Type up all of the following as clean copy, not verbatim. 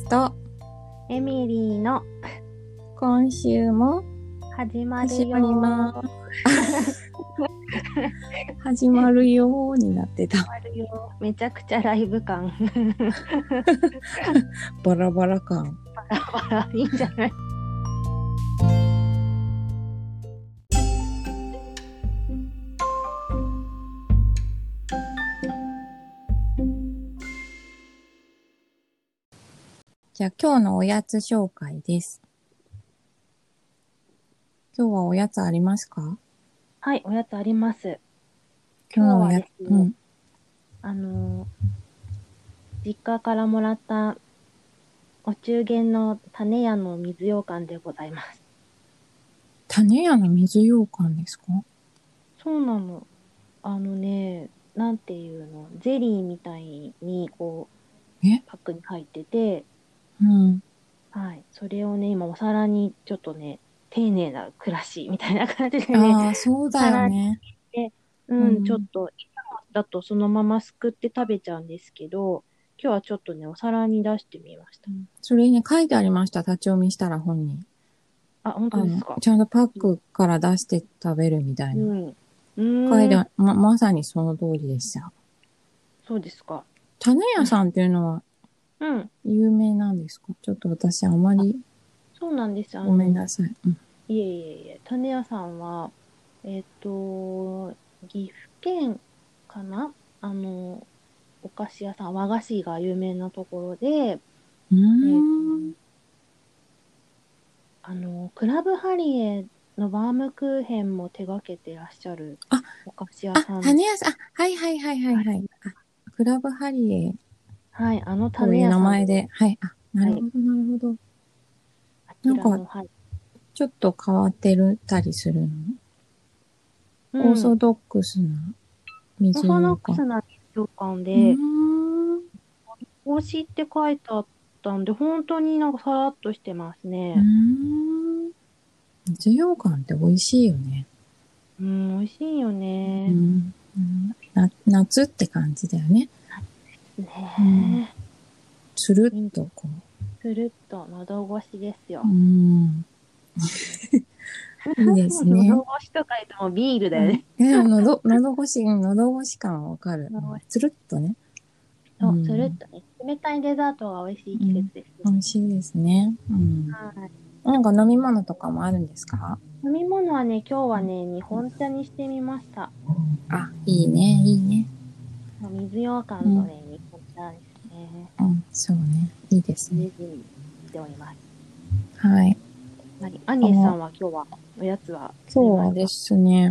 とエミリーの今週も始まるよ始まります始まるよーになってた。 めちゃくちゃライブ感バラバラ感。 バラバラいいんじゃない？ じゃあ今日のおやつ紹介です。今日はおやつありますか？ はい、おやつあります。 今日のおやつ、 今日はですね、実家からもらったお中元の種屋の水羊羹でございます。 種屋の水羊羹ですか？ そうなの。なんていうの、ゼリーみたいにパックに入ってて、 うん。 はい。それをね、今お皿にちょっとね、丁寧な暮らしみたいな感じでね、 ああ、そうだよお皿にね。 入れて、ちょっうん。 と、今だとそのまますくって食べちゃうんですけど、今日はちょっとね、お皿に出してみました。 それに書いてありました。立ち読みしたら本に。 あ、本当ですか？ ちゃんとパックから出して食べるみたいな。 うん。 書いてまさにその通りでした。 そうですか。 種屋さんっていうのはうん。 有名なんですか？ちょっと私あまりそうなんです。 ごめんなさい。うん。 いえいえいえ、種屋さんは、岐阜県かな、お菓子屋さん、和菓子が有名なところで、 うーえっと、 ん。 クラブハリエのバームクーヘンも手掛けてらっしゃるあ、 お菓子屋さん。 種屋さん、はいはいはいはいはい、 はい。クラブハリエはい、あのという種屋さんで、 名前で、はい。なはい、 るほどなるほど。 あなんか、 ちらの、はい、 ちょっと変わってるたりするの？ うん、 オーソドックスな水オーソド羊羹。 ックスな羊羹うーで、 ん。 帽子って書いてあったんで、本当になんかさらっとしてますうーね。 ん。水羊羹って美味しいよね。 うん、美味しいようね。 ん。夏って感じだよね。うん。 ねつるえ。 っとこつるっと喉越しですう。うよ。 ん。いいですね。 喉越しとか言ってもビールだうん。 よね。 でも喉越し感わかる。 喉越し。 つるっとね。うそう、つるっん。 とね。冷たいデザートが美味しい季節うん。 ですね。 美味しいですね。うん。 はい。 なんか飲み物とかもあるんですか？ 飲み物はね、今日はね、日本茶にしてみました。 あ、いいね、いいね。 水羊うん。 羹とね、日本茶ですね。 うん、そうね。いいですね。 入れずにしております。 はい。 はい。アニエさあの、 んは今日はおやつは食べ今日はでますか？ すね、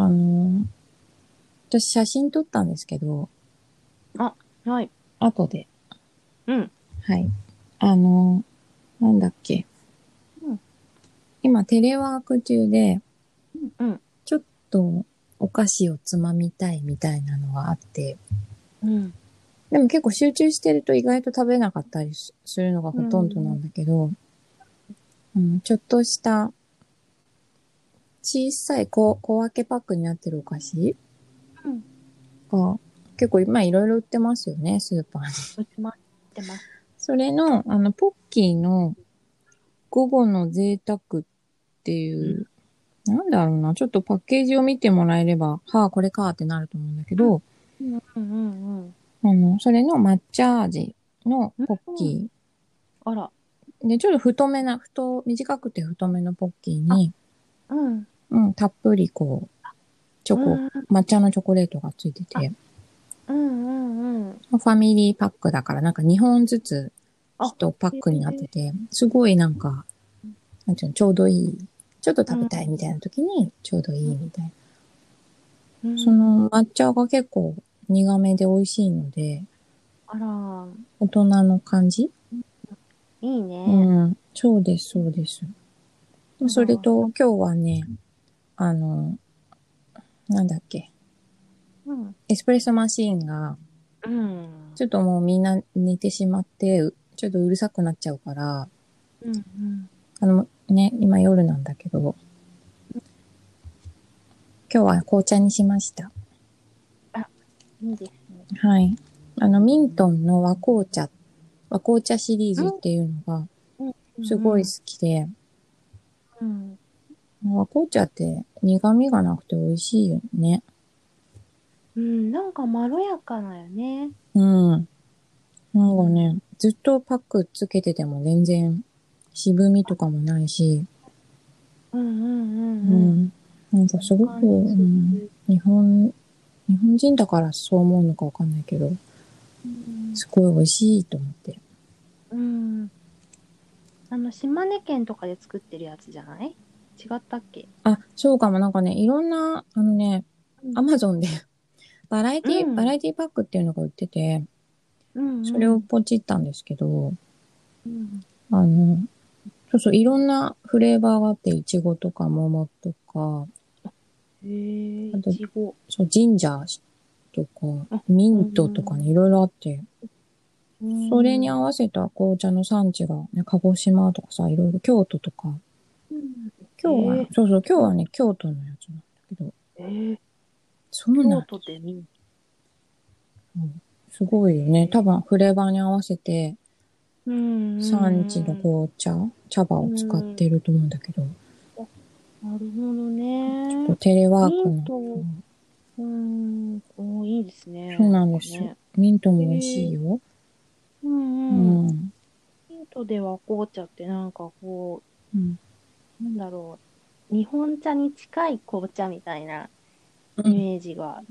私写真撮ったんですけど、 あ、はい。 後で、 うん。 はい。あの、なんだっけ。 うん。 今テレワーク中で、 うん。 ちょっとお菓子をつまみたいみたいなのがあって、 うん。 でも結構集中してると意外と食べなかったりするのがうほとんどなん。 んだけど、うん、ちょっとした小さい小分けパックになってるお菓子うん。 が結構今いろいろ売ってますよね、スーパーに。 売ってます。売ってます。 それの、ポッキーの午後の贅沢ってうん。 いう、なんだろうな、ちょっとパッケージを見てもらえれば、はあ、これかってなると思うんだけど、 うん。うん。うん。うん。 それの抹茶味のポッうん。 キあら。 ー。で、ちょっと短くて太めのポッキーあ、 に、 うん。 うん、たっぷりうん。 抹茶のチョコレートがついてあ、 て、 うん。うん。 ファミリーパックだからなんか2本ずつあ、 1パッへクになってえ。 て、すごいなんか、なんていうの、ちょうどいい。ちょっと食べうん。 たいみたいな時にちょうどいいみたいな。 うそん。 の抹茶が結構苦めで美味しいので、 あら、 大人の感じ。 いいね。 うん。そうです、そうです。 あそれら、 と今日はね、あの、なんだっけ。 うん。 エスプレッソマシーンが、 うん。 ちょっともうみんな寝てしまって、ちょっとうるさくなっちゃうから、 うん。うん。 今夜なんだけど、今日は紅茶にしました。 あ、いいですね。 はい。ミントンの紅茶シリーズっうん、 ていうのがうん、 すごい好うん、 きで、 うん。 紅茶って苦味がなくて美味しいよね。 うん、なんかまろやかなよね。 うん。なんうん、 かね、ずっとパックつけてても全然渋みとかもないし、 うん、うん、うん、うん。 うん。なんかそのすごく、 感じする。 日本人だからそう思うのかわかんないけど、 うん、 すごい美味しいと思って。 うん。島根県とかで作ってるやつじゃない？違ったっけ？ あ、そうかも。なんかね、いろんな、 うん、 アマゾンでうん、 バラエティパックっていうのが売ってて、 うん、 それをうん。 ポチったんですけど、 うん。 あの、そうそう、いろんなフレーバーがあって、いちごとか桃とか、 へえ、 あと、 いちご。 そう、ジンジャーとか、 あ、 ミうントとかね、 ん、 いろいろあって、 うそれにん、 合わせた紅茶の産地がね、鹿児島とかさ、いろいろ京都とか、 うん。 今日は、 えそうそう、今日はね、京都のやつなんだけど、 えー、 そうなん京です。 都で見ん。 うん、すごいよね。多分、フレーバーに合わせて、 うん、 産地のうん、 茶葉うを使っん。うん。 てると思うんだけど、 あ、なるほどちょっとね。 テレワーミクの、うント、 ん、 うん、いいですね。 そうなんなんです。 かね。 ミントえも美味しいえ、 よ。 ううん、うん。 ん。 ミントでは紅茶ってなんかこうん。 う、なんだろう。日本茶に近い紅茶みたいなイうん。 メージがあって、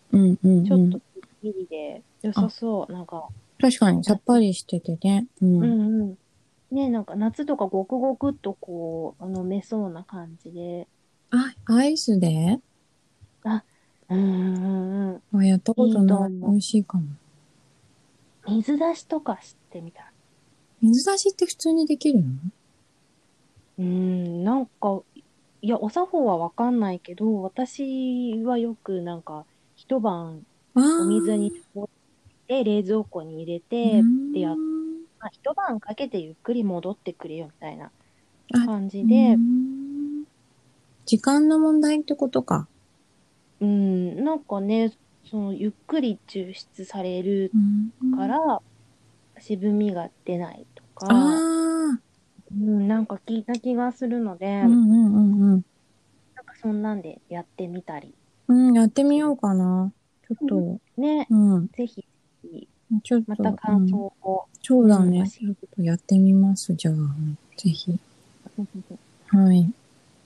うん。うん。うん。 ちょっとすっきりで良さあ、 そう。なんか、 確かにさっぱ夏、 りしててね。ううん。 んうん。ね、なんか夏とかごくごくっと飲めそうな感じで。 あ、アイスであ、うんうんうん。 あ、やったこいいととない。美思う。 味しいかも。 水出しとかしてみたら。 水出しって普通にできるの？ なんか、いや、お作法はわかんないけど、私はよくなんか、一晩あお水にあ絞って冷蔵庫に入れー、うーてってん。 まあ、一晩かけてゆっくり戻ってくれよみたいなあ、 感うーじで、 ん。時間の問題ってことか。 なんかね、ゆっくり抽出されるうーん。 から、渋みが出ないとあか、 あ、 なんか聞いた気がするので、なんうんうんうんうん。 かそんなんでやってみたりうん、やってみようする。 かな。ちょっうん。 と、 ね、 うん。 ぜひ、ぜひちょっと、うまた感ん。 想を、 そうだね。 教ちょっとやってみます。じゃあ、ぜひ。 えて。 はい。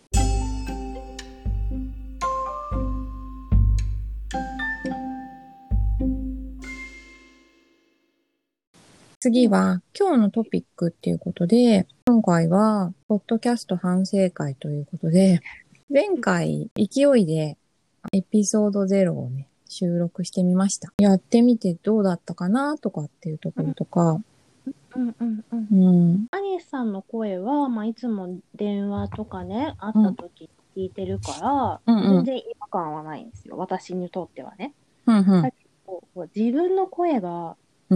次うん。 は、今日のトピックっていうことで、今回は、ポッドキャスト反省会ということで、前回、勢いでエピソード0をね、収録してみました。やってみてどうだったかなとかっていうところとか、 うん、うん、うん。 うん、 アニスさんの声は、まあ、いつも電話とかね、会っうん、 た時聞いてるから、 うん、うん、 全然違和感はないんですよ。私にとってはね。 うん、うん、 だけど、自分の声が、 うん、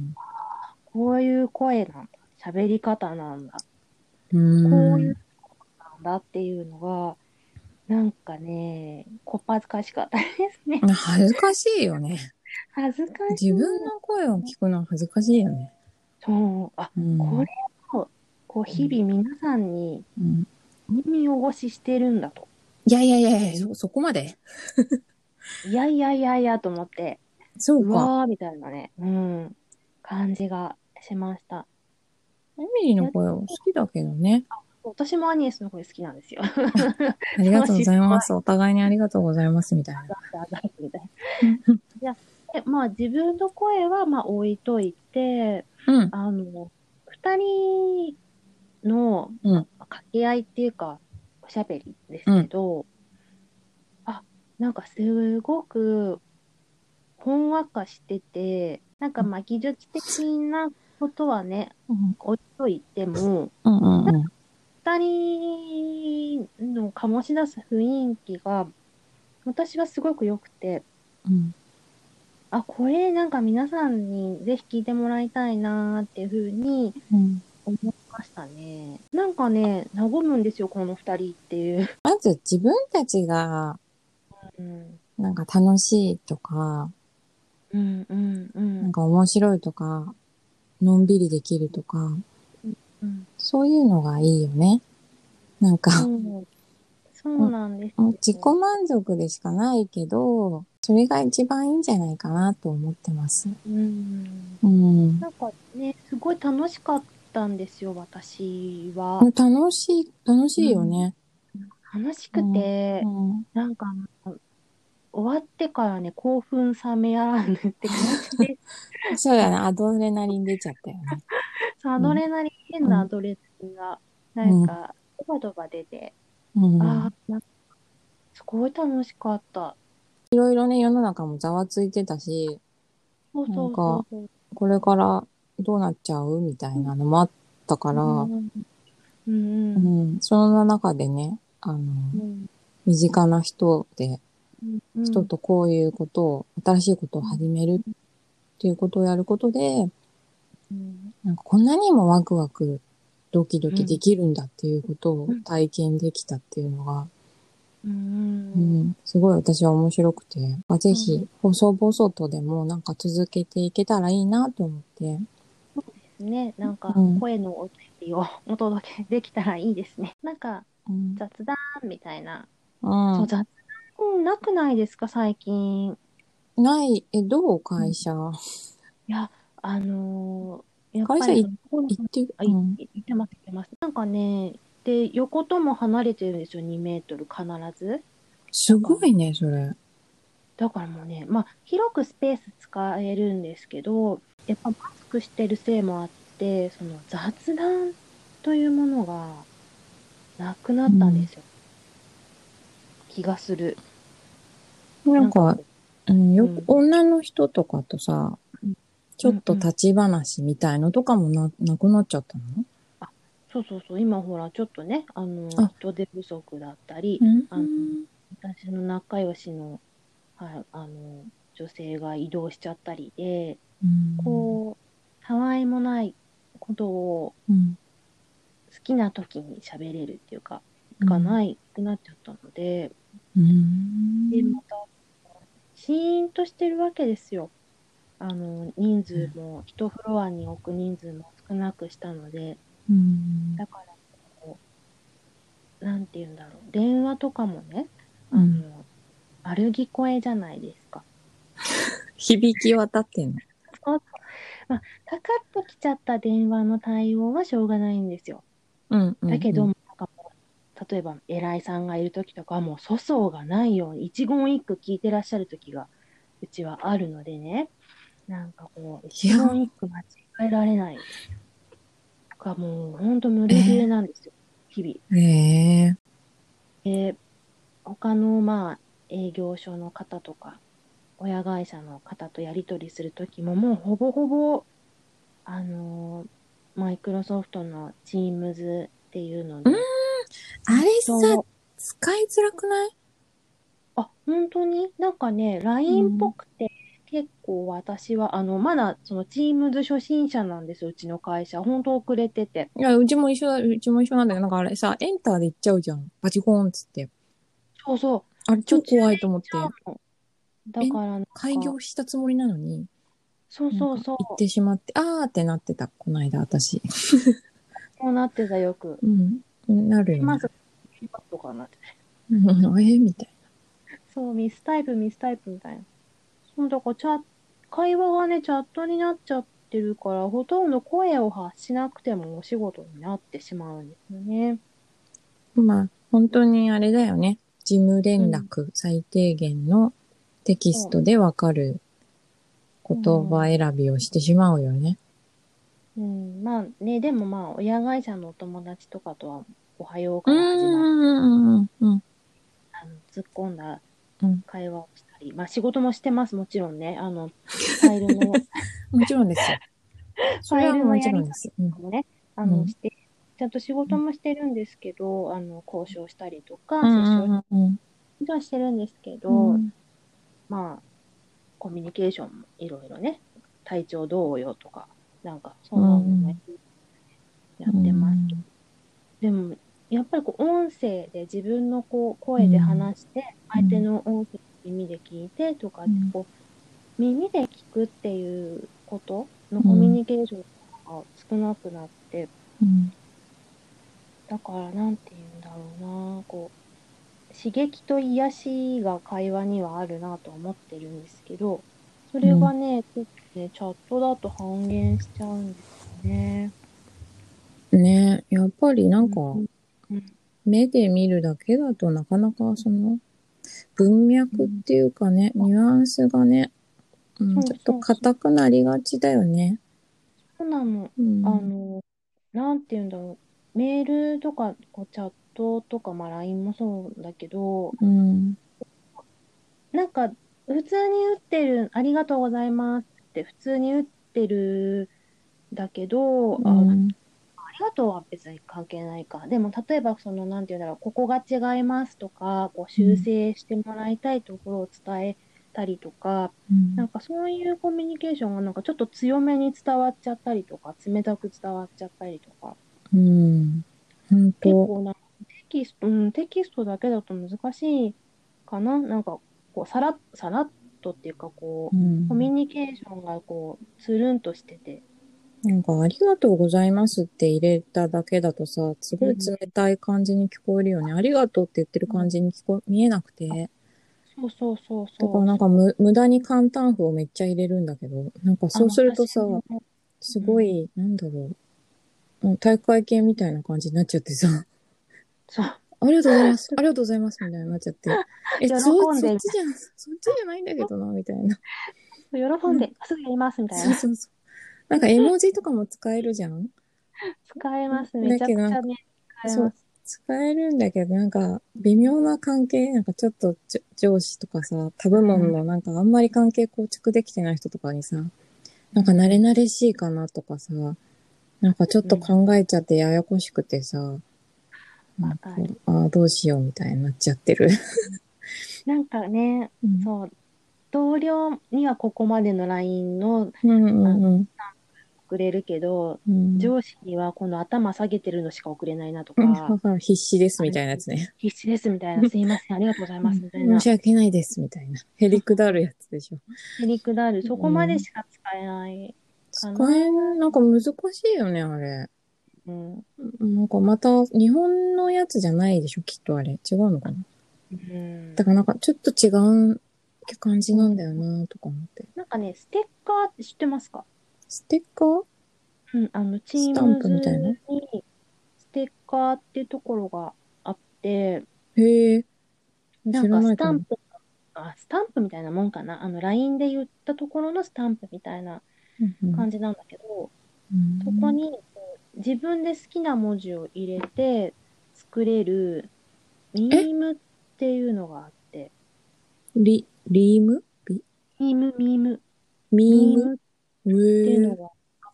こういう声なんだ。喋り方なんだ。 うこういうん。 なんだっていうのが、なんかね、こっぱずかしかったですね。 恥ずかしいよね。 恥ずかし自分い。 の声を聞くのは恥ずかしいよね。 そう、あ、 うん、 これを、日うん、 々皆さんにうん。 耳汚ししてるんだと。 いやいやいやいや、そこまでいやいやいやいやと思って、 そうか。 うわーみたいなね、感じがしました。 エミリーのいや、 声は好きだけどね。 私もアニエスの声好きなんですよ。 ありがとうごそう失ざいます。 敗お互いにありがとうございます、みたいな。 だみたいな。 うんうんいや、まあ自分の声はまあ置いといて、 うん、 二人の、 うん、 掛け合いっていうか、おしゃべりですうん、 けど、あ、なんかすごくほんわかしてて、なんかまあ技術的なことはね、 うん、 置いといても、 うん、うん、 二人の醸し出す雰囲気が、私はすごく良くて、 うん、 あ、これなんか皆さんにぜひ聞いてもらいたいなーっていうふうにうん。 思いましたね。なんかね、和むんですよ、この二人っていう。 まず自分たちが、 うん、 なんか楽しいとか、 うん、うん、うん。 なんか面白いとか、 のんびりできるとか、 うん。 そういうのがいいよね。なんか、 そう、そうなんです自己よ。 満足でしかないけど、それが一番いいんじゃないかなと思ってます。 うん。 うん。 なんかね、すごい楽しかったんですよ、私は。 楽しいうん。 よね。 楽しくうん。 て、 うん。 なんか終わってからね、興奮冷めやらぬって感じです。 そうだね。アドレナリン出ちゃったよね。 そうアうん。 ドレナリン、変うん。 なアドレナリンが、なうん。 んか、ドバドバ出て、 うん。 ああ、すごい楽しかった。 いろいろね、世の中もざわついてたし、 そうそうそなんか、 うそう。 これからどうなっちゃうみたいなのもあったから、 うん、うん、うん、 うん。その中でね、 うん、 身近な人で、 うん、 人とこういうことを、新しいことをうん、 始めるっていうことをやることで、 うん、 なんかこんなにもワクワク、ドキドうん、 キできるんだっていうことをうん、 体験できたっていうのが、 うん、 うん、すごい私は面白くて、ぜひ、 うん、 細々とでもなんか続けていけたらいいなと思って、 そうですね。なんか、 うん、 声のお便りをお届けできたらいいですね。なんか、 うん、 雑談みたいな。 うそう、 ん。 雑談なくないですか、最近。 ない、どううん、い会社や、やっ会社ぱりその、 行ってる、 あ、 うん。 言ってます、言ってます。なんかね、で、横とも離れてるんですよ、2メートル必ず。 すだから、 ごいね、それ。 だからもうね、まあ、広くスペース使えるんですけど、やっぱマスクしてるせいもあって、その雑談というものがなくなうん。 ったんですよ。気がする。 なんか、 なんかこうん、 う、 よく、 うん、 女の人とかとさ、 うん、 ちょっうん、うん。 と立ち話みたいのとかもなくなっちゃったの？ あ、そうそうそう、今ほら、ちょっとね、 あ、 人手不足だったり、 うん、 あの、私の仲良しの、はい、女性が移動しちゃったりで、 うん、 こう、たわいもないことをうん、 好きな時に喋れるっていうか、 うん、 がないくなっちゃったので、 うで、 ん、 また、シーンとしてるわけですよ。人数も、一フロアに置く人数も少なくしたので、 うん、 だから、こなんて言うんだろう。電話とかもね、 うん。 歩き声じゃないですか。 響き渡ってんの？ そうそう。まあ、かかってきちゃった電話の対応はしょうがないんですよ。 うん、うん、 だけど、 うん。 なんかもう例えば偉いさんがいるときとかはもう粗相がないように一言一句聞いてらっしゃるときがうちはあるのでね、なんかこう、 いや、 一言一句間違えられないがもう本当無理ゲーえなんですよ、日々。 えええで、他のまあ営業所の方とか、親会社の方とやり取りするときももうほぼほぼ、あのマイクロソフトの Teams っていうのうん、 で、 あれさ、 そう、 使いづらくない？ あ、本当になんかね、 う LINE っぽん。 くて、結構私は、まだその Teams 初心者なんですよ、うちの会社。本当遅れてて。 いや、うちも一緒なんだけど、なんかあれさ、エンターで行っちゃうじゃん。バチコーンっつって。 そうそう。 あれ途中で超怖いと行っちゃ思って。 うの。だからなんか、 開業したつもりなのに、 そうなんかそうそ行ってしまって、あーってなってた、この間、私。 う。こうなってたよく。 うん。なるよね。 まず、とかなってて。 うん、みたいそう、ミスタイプ、ミスタイプみたいな。そう、だから会話がね、チャットになっちゃってるから、ほとんど声を発しなくてもお仕事になってしまうんですよね。 な。まあ、本当にあれだよね。事務うん。 連絡、最低限のテキスそう。 トでわかる言葉うん選びをしてしまうよね。 うん、まあね、でもまあ、親会社のお友達とかとは、おはよううから始まっーん、うん、 突っ込んだうん。 会話をしたり、まあ仕事もしてます、もちろんね。ファイルの、 もちろんですよ。 ファイルのそれはもやり取りちろんです。うん、 とかもね、 うん、 して、ちゃんと仕事もしてるんですけど、交渉したりとか、接触うん、うん、うん、 はしてるんですけど、 うん、 まあ、コミュニケーションもいろいろね、体調どうよとか、なんか、そうんなのもん、 やっうてますけど。 ん、 でも、やっぱりこう音声で自分のこうう声でん、 話して、相手うん、 の音声を耳で聞いてとかって、 うん、 こう、耳で聞くっていうことのコミュうん、 ニケーションがが少なくなって、 うんだからなんて言うんだろうな、刺激と癒しが会話にはあるなと思ってるんですけど、それがね、ちょっとね、チャットだと半減しちゃうんですよね。 ね、やっぱりなんか、 うん、うん、 目で見るだけだとなかなか文脈っうん。 ていうかね、ニュアンスがね、ちょっとそうそうそう。 硬くなりがちだよね。 そうなの。 うん。 あの、なんて言うんだろう。メールとか、チャットとか、まあ LINE もそうだけど、 うん。 なんか、普通に打ってる、ありがとうございますって普通に打ってるだけど、 うんりがとうは別に関係ないか。でも、例えば、なんていうんだろう、ここが違いますとか、修うん正してもらいたいところを伝えたりとか、 うんなんかそういうコミュニケーションがなんかちょっと強めに伝わっちゃったりとか、冷たく伝わっちゃったりとか、 うん。本当。 結構なんかテキストだけだと難しいかな。なんか、さらっとっていうか、 うコミュん。 ニケーションがつるんとしてて、 なんか、ありがとうございますって入れただけだとさ、すごいうん、 冷たい感じに聞こえるよね。ありがとうって言ってるうん、 感じに見えなくあ、 て。 そうそうそうだからなんかそうそう。 無駄に簡単符をめっちゃ入れるんだけど、なんかそうするとさ、 私も、 すうん、 ごい、なんだろう、大会系みたいな感じになっちゃってさ、 そう。 ありがとうございます、ありがとうございますみたいになっちゃって、 喜んで、 そっちじゃん、そっちじゃないんだけどな、みたいな。 喜んで、すぐやりますみたいな。 そうそうそう。なんか絵文字とかも使えるじゃん。 使えます。めちゃだけどなんか、 くちゃね、使えそう、 ます。 使えるんだけど、なんか、微妙な関係、なんかちょっと上司とかさ、他部門のなんかあんまり関係構築できてない人とかにさ、なんか慣れうん、 慣れしいかなとかさ、なんかちょっうん、 と考えちゃってややこしくてさ、なんか、 わかる。 どうしようみたいになっちゃってる。 なんかね、 うん。 そう、同僚にはここまでの LINE の、 うんあの、 うんうん。 送れるけど、 うん。 上司にはこの頭下げてるのしか送れないなとうん、 か、 だから必死ですみあれ、 たいなやつね。 必死ですみたいな、すいません、ありがとうございますみたい申しな。 訳ないですみたいな。へそうりくだるそうそう。 やつでしょ。 へりくだる。そこうん。 までしか使えないかな。 なんか難しいよね、あれ。 うん。 なんかまた、日本のやつじゃないでしょ、きっとあれ。違うのかな。 うん。 だからなんかちょっと違う感じうん、 なんだよなとか思って。 なんかね、ステッカーって知ってますか？ ステッカーうん、 スタン Teams プみたいなにステッカーっていうところがあって、 へえ、知なんからないかも。 スタンプみたいなもんかな。LINE で言ったところのスタンプみたいなうんうん。 感じなんだけど、 うん。 そこに自分で好きな文字を入れて作れるえミームっていうのがあって、 リームミーム、 ミームミームっていうへえ。 のがあって、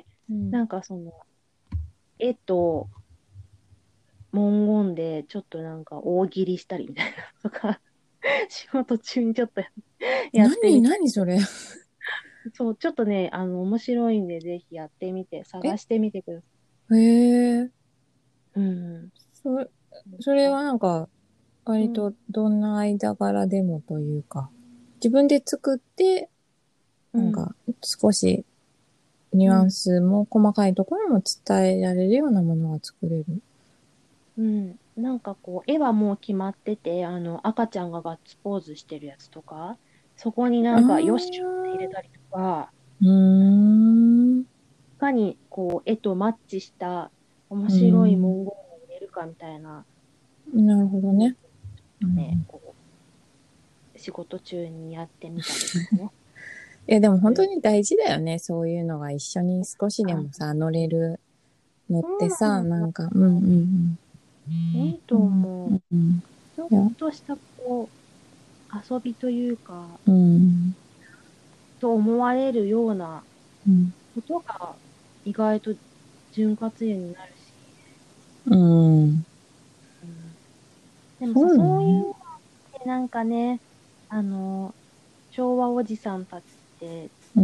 うん。 なんか絵と文言でちょっとなんか大喜利したりみたいなとか、仕事中にちょっとやってみたり。 何それ。 そう、ちょっとね、面白いんで、ぜひやってみて、 え探してみてくださへえ。 い。うん。 そ、 なんそれか、 はなんか、割うん、 とどんな間柄でもというか、自分で作って、 うん、 なんか少しニュアンうん、 スも細かいところも伝えられるようなものが作れる。 うん。なんか絵はもう決まってて、赤ちゃんがガッツポーズしてるやつとか、そこになあんか、よっしゃって入れー。 たりとか、 うーん。 いかに絵とマッチした面うー白いん。 文言を入れるかみたいななるほどのをね。うん。 ね、仕事中にやってみたりとかね。 いや、でも本当する。 に大事だよね。そういうのが一緒に少しであ、 もさ、乗れるのっそうなてさ、なの。 んか、うんうんいいとうん。う思う。 んうん。 ちょっいや、 とした遊びというか、 うん。 と思われるようなうん。 ことが意外と潤滑油になるし。 うん。 うん、でもさ、 そうだそういうね。 のってなんかね、あの、昭和おじさんたちってうん。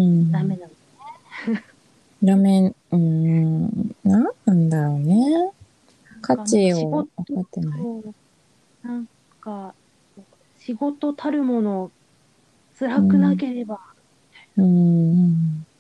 ダメなの。 ラメン、なんだろうね。価なんか値を分かってない。 なんか、仕事たるもの辛くなうん。 ければ、 うん。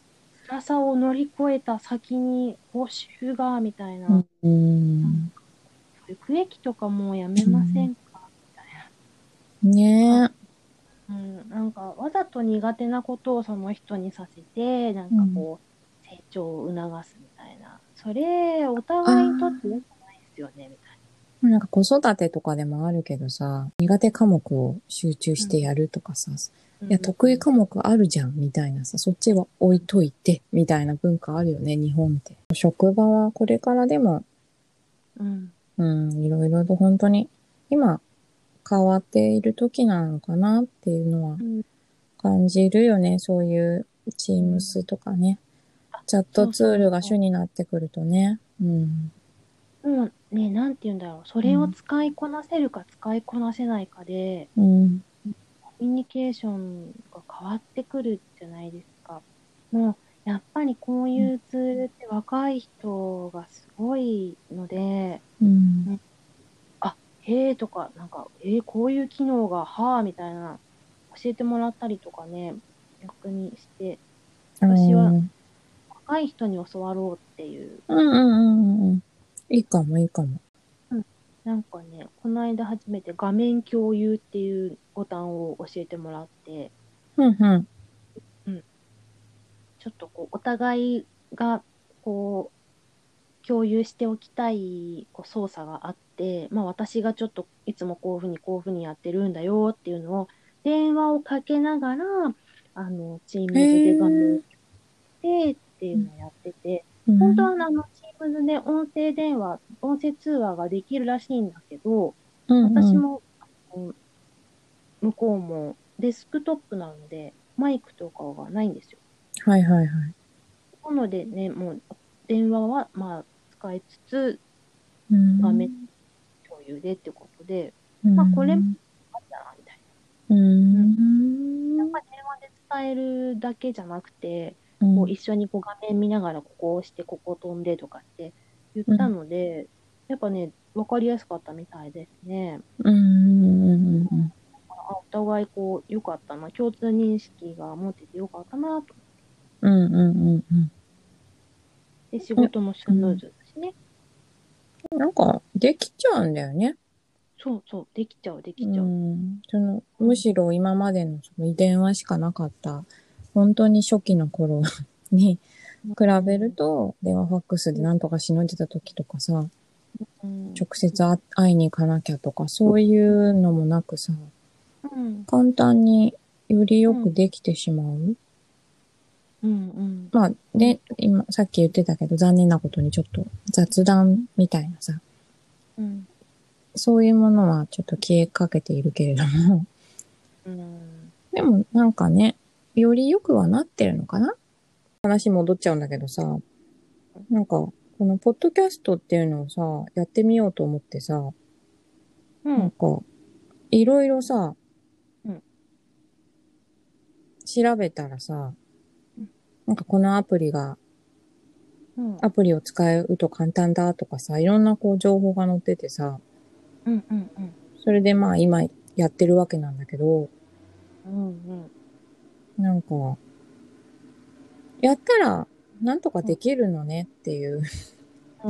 辛さを乗り越えた先に報酬が、みたいな。 うんうなんん。 か区役とかもうやめませんかみたいな。 ねえ。 うん、なんかわざと苦手なことをその人にさせて、なんうん。 かこう、成長を促すみたいな。それ、おあ互いにとって良くあ。 ないですよね、みたいなんか子育てとかでもあるけどさ、苦手科目を集中しな。 てやるとかさ、いや、 うん、うん、 得意科目あるじゃん、みたいなさ、そっちは置いといて、みたいな文化あるよね、日本って。職場はこれからでも、 うん、 うん、いろいろと本当に、今、変わっている時なのかなっていうのはうん、 感じるよね、そういうチーうん。 ムスとかね。 あ、 チャットそうツールがそうそ主になってくるとね。うん。 う。もうね、なんて言うんだろう。それをうん。 使いこなせるか使いこなせないかで、 うん。 コミュニケーションが変わってくるじゃないですか。もう、やっぱりこういうツールって若い人がすごいので、 うん。 ね、あ、へえとか、なんか、こういう機能が、はあ、みたいな、教えてもらったりとかね、逆にして、 あ私はー若い人に教わろうっていう、 うんうんうんうん。いいかも、いいかも。 うん、なんかね、この間初めて画面共有っていうボタンを教えてもらって、 うんうん。 うん、ちょっとこう、お互いが、こう、共有しておきたいこう操作があって、まあ私がちょっといつもこういうふうにやってるんだよっていうのを電話をかけながら、 へ Teams で画面え。 でっていううんのをやってて、 うん。 本当はTeams で音声通話ができるらしいんだけど、 うんうん。 私もの向こうもデスクトップなのでマイクとかがないんですよ。 はいはいはい。 なのでね、もう電話はまあ使いつつ、 う画面ん。 共有でってことで、 うまあ、これもん。 あったな、みたいうな。うん。やっん。 ぱ電話で伝えるだけじゃなくて、 うん。 こう一緒にこう画面見ながら、ここを押して、ここ飛んでとかって言ったうん。 ので、やっぱね、わかりやすかったみたいですね。 うん。うん。 あ、お互いこう、良かったな、共通認識が持ってて良かったなと。 うん。うん。うん。 で、仕事もスムーうん。 ズだしね。 なんか、できちゃうんだよね。 そうそう、できちゃう、できうちゃう。 ん。 うん、 むしろ今までのその電話しかなかった、本当に初期の頃に比べるうん、 と、電話ファックスでなんとかしのいでた時とかさ、 うん、 直接会いに行かなきゃとか、そういうのもなくさ、 うん、 簡単によりようん、 くできてしまう。 うん、うん、 まあ、 うん、 で、今、さっき言ってたけど、残念なことにちょっと雑談みたいなさ、 うん、 そういうものはちょっと消えかけているけれども、 うん、 でもなんかね、より良くはなってるのかな。話戻っちゃうんだけどさ、なんか、このポッドキャストっていうのをさ、やってみようと思ってさ、 うん、 なんか、いろいろさ、 うん、 調べたらさ、なんかこのうん、 アプリを使うと簡単だとかさ、いろんなこう情報が載っててさ、 うん、うん、うん、 それでまあ今やってるわけなんだけど、 うん、 なんか、やったらなんとかうん、 できるのねっていう、 うん、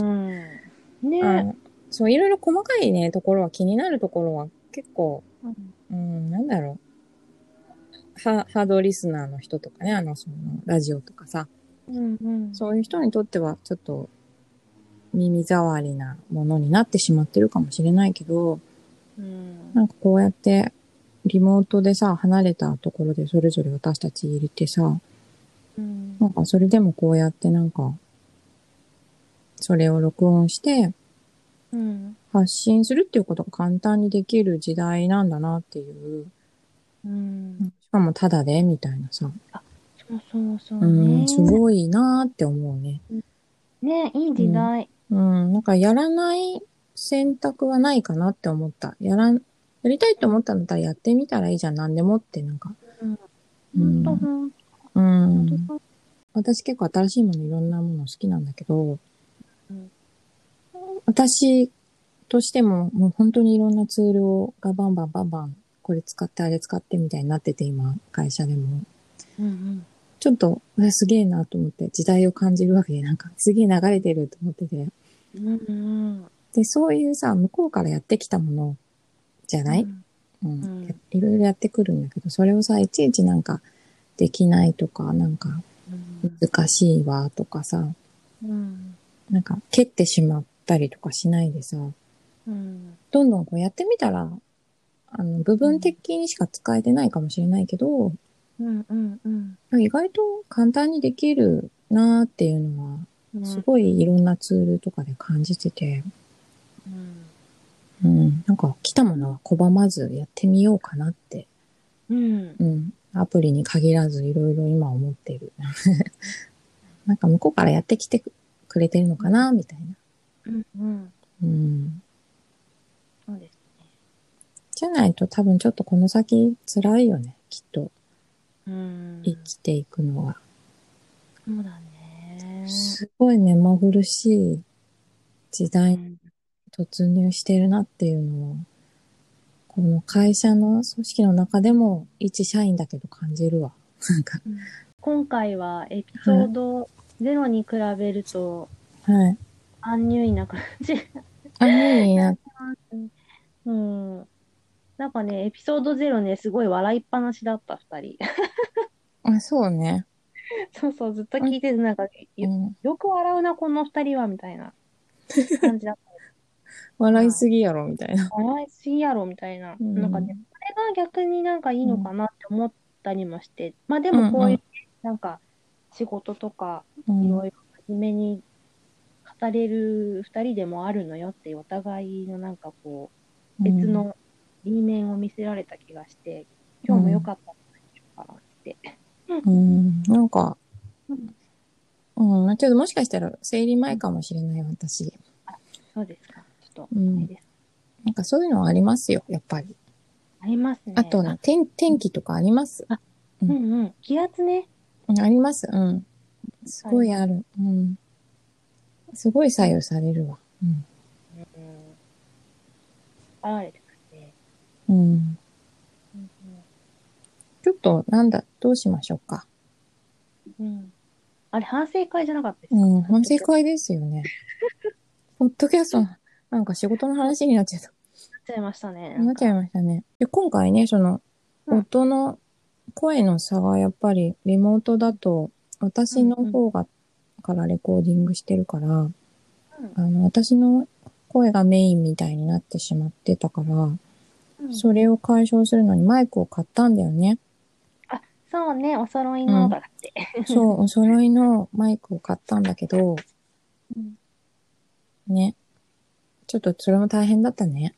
ね、 あ、そう、いろいろ細かいね、ところは気になるところは結構、 うん、 なんだろハードリスナーの人とかね、その、ラジオとかさ、 うん、うん、 そういう人にとってはちょっと耳障りなものになってしまってるかもしれないけど、 うん、 なんかこうやってリモートでさ、離れたところでそれぞれ私たちいてさ、 うん、 なんかそれでもこうやってなんか、それを録音してうん、 発信するっていうことが簡単にできる時代なんだなっていう。 うん。 しかもタダでみたいなさ。 あ、そうそうそうすね。 ごいなーって思うね。 ね、いいうん。 時代。 なんかやらない選択はないかなって思った。やりたいと思ったんだったらやってみたらいいじゃん、なんでもってなんか。 うん。 うほんと、 ん。 ほんと、 うん。 ほんとそう。 私結構新しいものいろんなもの好きなんだけど、 うん。 私としてももう本当にいろんなツールがバンバンバンバンこれ使ってあれ使ってみたいになってて今会社でも。 うんちょっと、すげえなと思って、時代を感じるわけで、なんか、すげえ流れてると思ってて。 うんうんで、そういうさ、向こうからやってきたものじゃない、 うん。 いろいろやってくるんだけど、それをさ、いちいちなんか、できないとか、なんか、 うん難しいわとかさ、 うんなんか、蹴ってしまったりとかしないでさ、 うんどんどんこうやってみたら、部分的にしか使えてないかもしれないけど、 うんうんうん意外と簡単にできるなーっていうのは、すうんごいいろんなツールとかで感じてて、 うんなんか来たものは拒まずやってみようかなって、 うんアプリに限らずいろいろ今思ってる。なんか向こうからやってきてくれてるのかなみたいな。 うんうんうん。 そうですね。 じゃないと多分ちょっとこの先辛いよね、きっと。生きていくのは。 そうだね。 すごい目まぐるしい時代にん突入してるなっていうのを、この会社の組織の中でも一社員だけど感じるわ。なんか、 今回はエピはい、 ソード0に比べると、 はい。 アンニュイな感じがしあ、ニュイな、 ますね。うん。なんかね、エピソード0ね、すごい笑いっぱなしだった、二人。 あ、そうね。 そうそう、ずっとあ、 聞いてて、なんか、 うん。 よく笑うな、この二人は、みたいな感じだった。 笑いはい。 すぎやろ、みたいな。 笑いすぎやろ、みたいな。 うなんかね、 ん。 これが逆になんかいいうん。 のかなって思ったりもして、まあでうん、 もこういう、 うん、 なんか、仕事とか、 うん、 いろいろ真面目に語れる二人でもあるのよっていうお互いのなんかこう、 うん、 別の B 面を見せられた気がして、今日も良うん、 かったんじゃないでしょうかって。 うん。なんか、 うん、 ちょっともしかしたら生理前かもしれない、私。 あ、そうですか。ちょっと、 うん。 あれです。 なんかそういうのはありますよ、やっぱり。 ありますね。 あとね、天気とかあります。 あ、 うん。 うんうん。気圧ね。 あります。うん。すあります。 ごいある。うん。すごい左右されるわ。 うん。現れてますね。 うん。うん。 うんちょっと、どうしましょうか。 うん。あれ、反省会じゃなかったですか？ うん、 ポッドキャストに反省会ですよね。ポッドキャスト、なんか仕事の話になっちゃった。 なっちゃいましたね。なんなっちゃいか。 ましたね。で、今回ね、 うん。 音の声の差がやっぱりリモートだと、私のうんうん。 方からレコーディングしてるから、 うん私の声がメインみたいになってしまってたから、 うんうん。 それを解消するのにマイクを買ったんだよね。 あ、そうね。お揃いうん。 のだって。 そう、お揃いのマイクを買ったんだけど、 うん。 ね。ちょっとそれも大変だったね。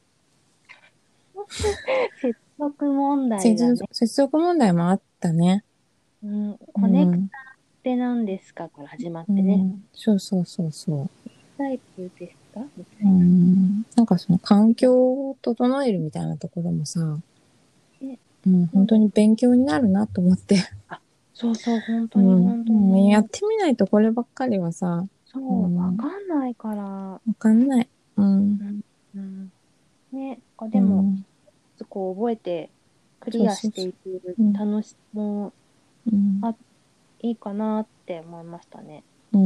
接続問題がね。 接続問題もあったね。 うん。 うコネクタん。 って何ですかから始まっうてね。 ん。そうそうそうそタイプですかみたう。ういな。 ん。なんかその環境を整えるみたいなところもさ、 え、 本当うん。 に勉強になるなと思って。 あ、そうそう。本当にうん。 本当に。 やってみないとこればっかりはさ、 そう。わかんないから。 わかんない。うん。 うん。うん。ね。 うでも、 ん。 こう覚えてクそうリアしてそうそいくう。うん。 楽しもうん。 あいいかなって思いましたね。 うん。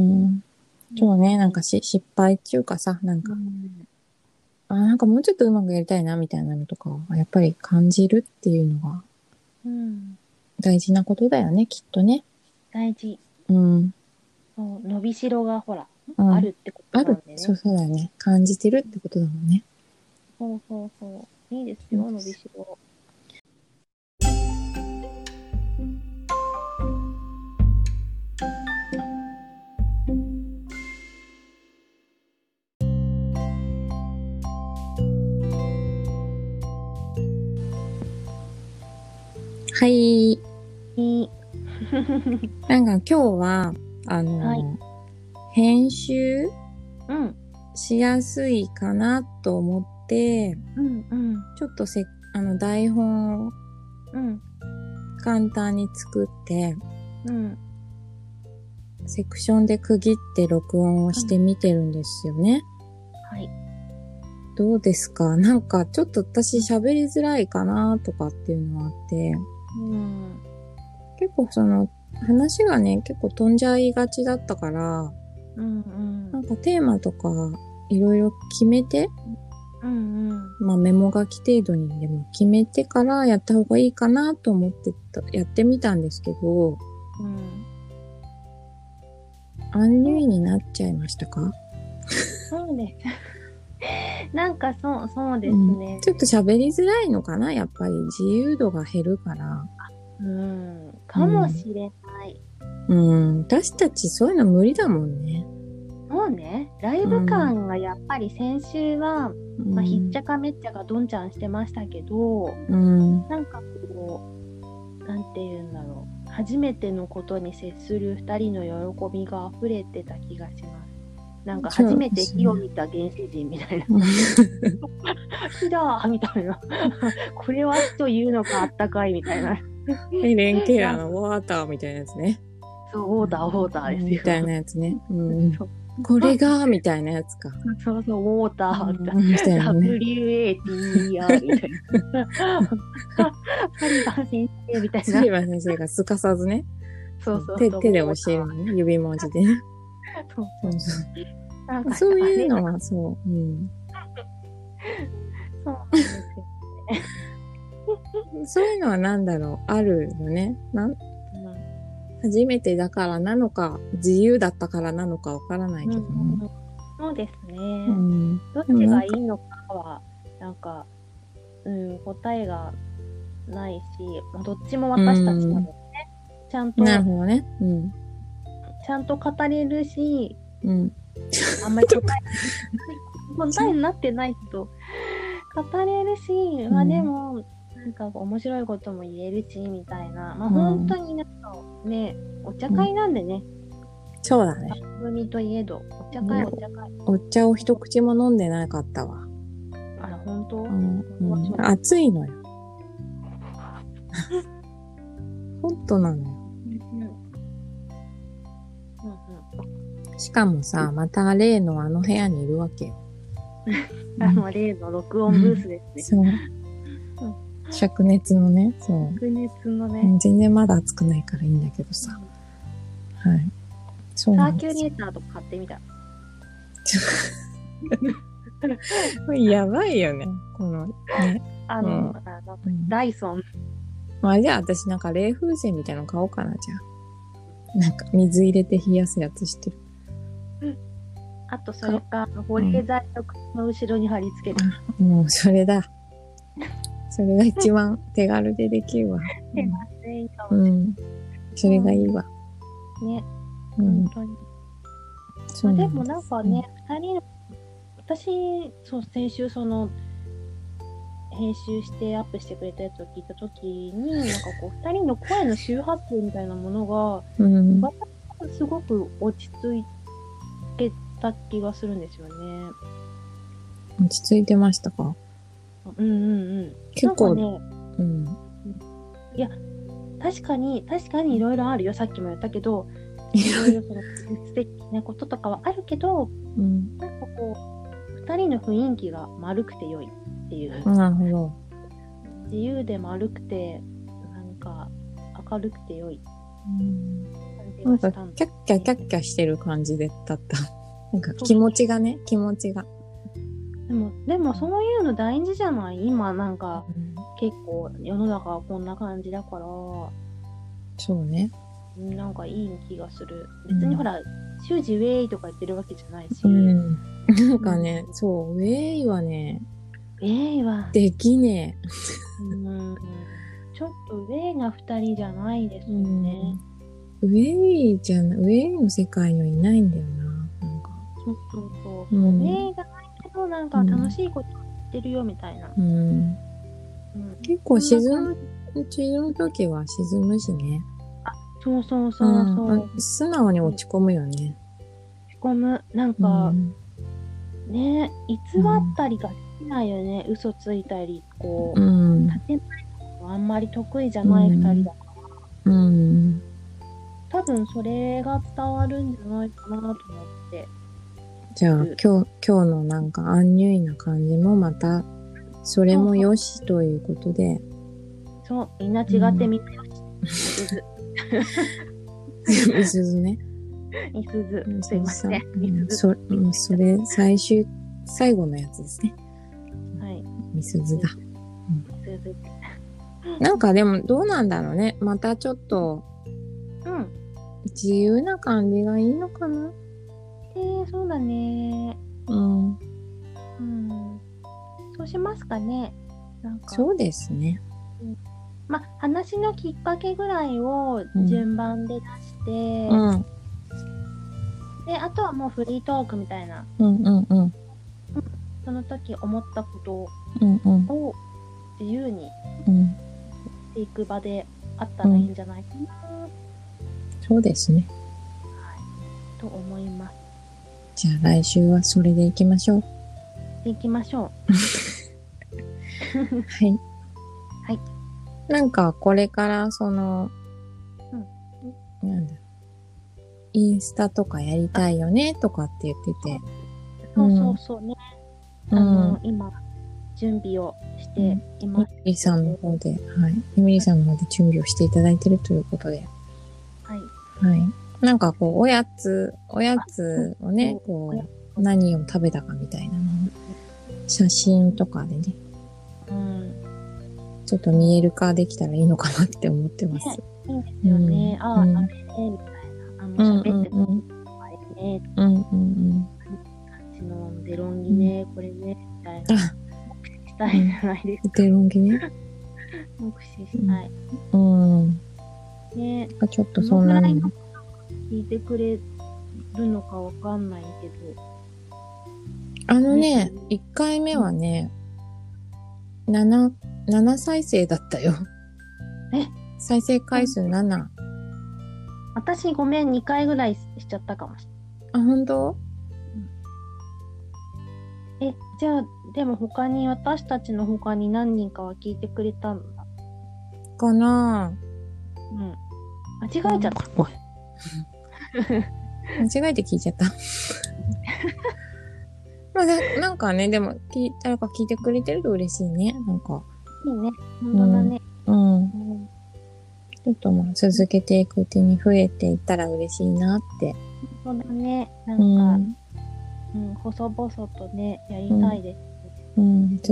うんそうね、なんうんか失敗っていうかさ、なんうか、 ん。 なんかもうちょっとうまくやりたいな、みたいなのとかは、やっぱり感じるっていうのがうん。 大事なことだよね、きっとね。 大事。 うん。 そう、伸びしろがほら、あうん。 るってことある。 なんでね。 そうそうだよね。感じてるってことだもんね。 そうそうそう。いいですよ、伸びそうです。 しろ。 はい。 いい。 なんか今日は、 はい。 編集うん。 しやすいかなと思って、 うんうん。 ちょっと台本をうん。 簡単に作って、 うん。 セクションで区切って録音をしてみてるんですよね。 はい。 どうですか？なんかちょっと私喋りづらいかなとかっていうのがあって、 うん。 結構話がね、結構飛んじゃいがちだったから、なんかテーマとかいろいろ決めて、まあメモ書き程度にでも決めてからやった方がいいかなと思ってやってみたんですけど、アンニュイになっちゃいましたか？ そうです。なんかそうですね。 ちょっと喋りづらいのかな、やっぱり自由度が減るから。 かもしれない。 私たちそういうの無理だもんね。 そうね。ライブ感がやっぱり先週は、まあ、ひっちゃかめっちゃかどんちゃんしてましたけど、なんかこう、なんて言うんだろう。初めてのことに接する二人の喜びが溢れてた気がします。なんか初めて火を見た原始人みたいな。火だーみたいな。これは火というのかあったかいみたいな。 エレン・ケラーのウォーターみたいなやつね。 そう、ウォーターですよ。 みたいなやつね。これが、みたいなやつか。 そう、ウォーターみたいな。WATR みたいな。サリバン先生みたいな。 サリバン先生がすかさずね。手で教えるのね。指文字でね。そういうのはそう。 そうなんですよね。 そういうのはなんだろう、あるよね。初めてだからなのか、自由だったからなのかわからないけども。 そうですね。どっちがいいのかは、なんか、答えがないし、どっちも私たちなのでね。ちゃんと、 なるほどね。 ちゃんと語れるし、あんまり答えになってないと語れるし、まあでも、なんか面白いことも言えるし、みたいな。まあ本当になんかね、お茶会なんでね。 そうだね。 番組といえど、お茶会。 お茶を一口も飲んでなかったわ。 あら、本当？ 暑いのよ。ホットなのよ。しかもさ、また例のあの部屋にいるわけよ。 例の録音ブースですね。 そう。灼熱のね、そう。 灼熱のね。 全然まだ暑くないからいいんだけどさ。はい。そうサーキュレーターとか買ってみた。 やばいよね。この、ね。 ダイソン。 まあじゃあ私なんか冷風船みたいなの買おうかな、じゃあ。なんか水入れて冷やすやつしてる。 あとそれか、保冷剤の後ろに貼り付ける。 もうそれだ。それが一番手軽でできるわ。 手軽でいいかもしれない。 それがいいわ。 ね。本当に。 そうでもなんかね、二人、私、先週編集してアップしてくれたやつを聞いたときに、なんかこう、二人の声の周波数みたいなものが、私すごく落ち着いてた気がするんですよね。 落ち着いてましたか？結構ね、 いや、確かにいろいろあるよ。さっきも言ったけど、いろいろ素敵なこととかはあるけど、なんかこう、二人の雰囲気が丸くて良いっていう。 なるほど。 自由で丸くて、なんか明るくて良い。 なんかキャッキャしてる感じだった。なんか気持ちが。 でもそういうの大事じゃない？今なんか、結構世の中はこんな感じだから。 そうね。 なんかいい気がする。別にほら、終始ウェイとか言ってるわけじゃないし。 なんかね、そう、ウェイはね、できねえ。 ちょっとウェイが2人じゃないですよね。 ウェイの世界にはいないんだよな。なんかそう。ウェイがないけど、なんか楽しいこと言ってるよみたいな。 結構沈むときは沈むしね。 そう。 素直に落ち込むよね。 落ち込む。なんか、ね、偽ったりができないよね。嘘ついたり、こう、建前のあんまり得意じゃない2人だから。多分それが伝わるんじゃないかなと思って。 じゃあ、今日のなんかアンニュイな感じもまた、それもよしということで。 そう、みんな違ってみんなよし。 みすずね。 みすず。すいません。 それ、最後のやつですね。 はい。 みすずだ。 みすず。 なんかでも、どうなんだろうね。またちょっと、自由な感じがいいのかな。 そうだね。そうしますかね。なんか。 そうですね。 まあ、話のきっかけぐらいを順番で出して、で、あとはもうフリートークみたいな。その時思ったことを自由にしていく場であったらいいんじゃないかな。 そうですね。 はい。と思います。 じゃあ来週はそれでいきましょう。 行きましょう。 はい。 はい。 なんかこれからその、なんだ、インスタとかやりたいよねとかって言ってて。 そうね。今、準備をしています。 エミリーさんの方で、はい。エミリーさんの方で準備をしていただいてるということで。 はい。 はい。なんかこう、おやつをね、こう、何を食べたかみたいなのを、写真とかでね、ちょっと見える化できたらいいのかなって思ってます。 いいんですよね。あれね、みたいな。喋ってたあれね、感じのデロンギね、これね、みたいな。目視したいじゃないですか。 デロンギね。 目視したい。ね、 ちょっとそんなに。 聞いてくれるのかわかんないけど。 1回目はね、7再生だったよ。再生回数7。 私ごめん、2回ぐらいしちゃったかもしれない。 あ、本当？ じゃあ、でも私たちの他に何人かは聞いてくれたんだ。 かな間違えちゃった。 間違えて聞いちゃった。まあ、なんかね、でも、誰か聞いてくれてると嬉しいね。なんか。 いいね。本当だね。 ちょっとまあ、続けていくうちに増えていったら嬉しいなって。 本当だね。なんか、細々とね、やりたいです。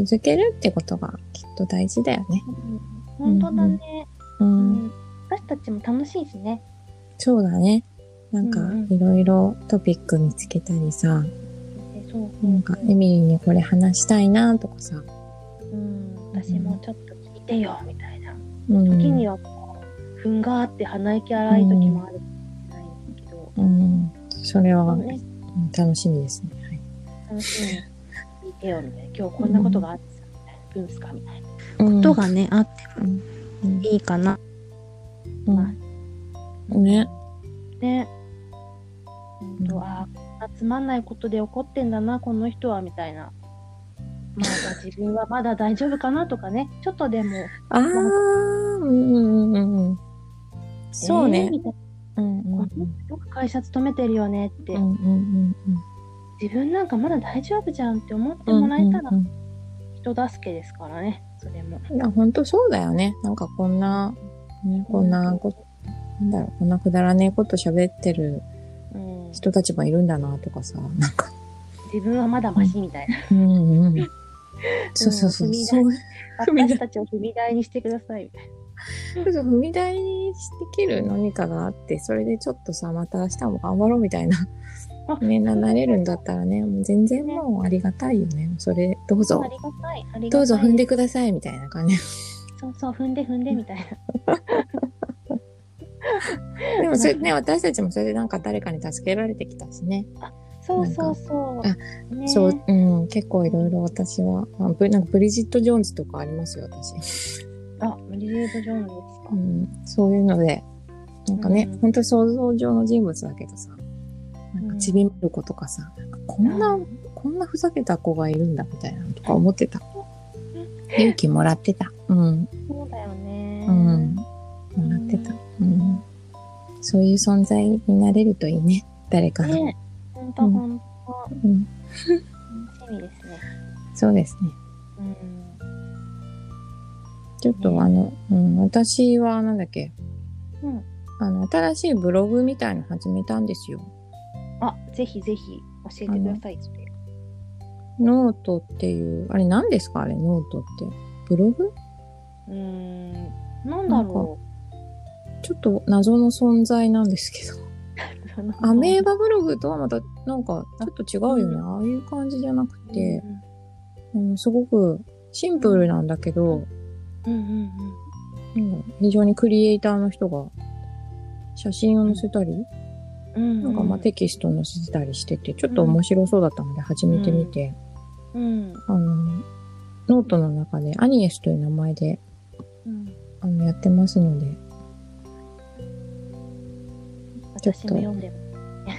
続けるってことがきっと大事だよね。 本当だね。私たちも楽しいしね。 そうだね。なんか、いろいろトピック見つけたりさ、なんか、エミリーにこれ話したいなとかさ。 私もちょっと聞いてよ、みたいな。時には、ふんがーって鼻息荒い時もあるかもしれないんだけど。 それは、楽しみですね。はい、 楽しみに聞いてよ、みたいな。今日こんなことがあってさ、みたいな。どうですかみたいな。ことがね、あってもいいかな。 ね。 ね。つまんないことで怒ってんだな、この人は、みたいな。まあ、自分はまだ大丈夫かなとかね。ちょっとでも。 そうね。 よく会社勤めてるよねって。自分なんかまだ大丈夫じゃんって思ってもらえたら、人助けですからね、それも。 いや、ほんとそうだよね。なんかこんなくだらねえこと喋ってる人たちもいるんだなとかさ、なんか。 自分はまだマシみたいな。 そう。 私たちを踏み台にしてくださいみたいな。 踏み台にしてきる何かがあって、それでちょっとさ、また明日も頑張ろうみたいな、ね、なれるんだったらね、もう全然もうありがたいよね。それ、どうぞ。どうぞ踏んでくださいみたいな感じ。 そう、踏んでみたいな。 でもそれね、私たちもそれでなんか誰かに助けられてきたしね。 そう。 そう、結構いろいろ私は、なんかブリジット・ジョーンズとかありますよ、私。 ブリジット・ジョーンズですか。 そういうので、なんかね、本当に想像上の人物だけどさ、なんかちびまる子とかさ、なんかこんなふざけた子がいるんだみたいなのとか思ってた。勇気もらってた。 そうだよね。 もらってた。そういう存在になれるといいね。誰かが。 ね、ほんと。楽しみですね。 そうですね。ちょっと私はなんだっけ。 新しいブログみたいの始めたんですよ。 あ、ぜひぜひ教えてください、それ。 ノートっていう、あれ何ですかあれ、ノートって。ブログ？ なんだろちょっと謎の存在なんですけど。 う。 アメーバブログとはまた、なんか、ちょっと違うよね。ああいう感じじゃなくて、すごくシンプルなんだけど、非常にクリエイターの人が写真を載せたり、なんかテキストを載せてたりしてて、ちょっと面白そうだったので始めてみて、ノートの中でアニエスという名前で、やってますので、 私も読んでます。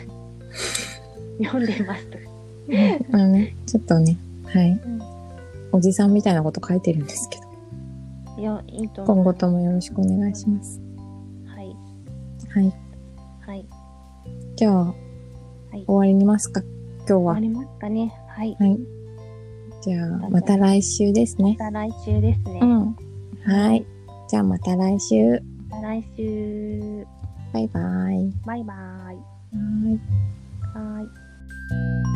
読んでます。 ちょっとね、はい、おじさんみたいなこと書いてるんですけど、 いや、いいと思う。 今後ともよろしくお願いします。 はい。 はい。 はい。 じゃあ、終わりますか、今日は。 終わりますかね。はい。 はい。じゃあ、また来週ですね。 また来週ですね。 はい。じゃあ、また来週。 また来週。 バイバイ。 バイバイ。 はい。 はい。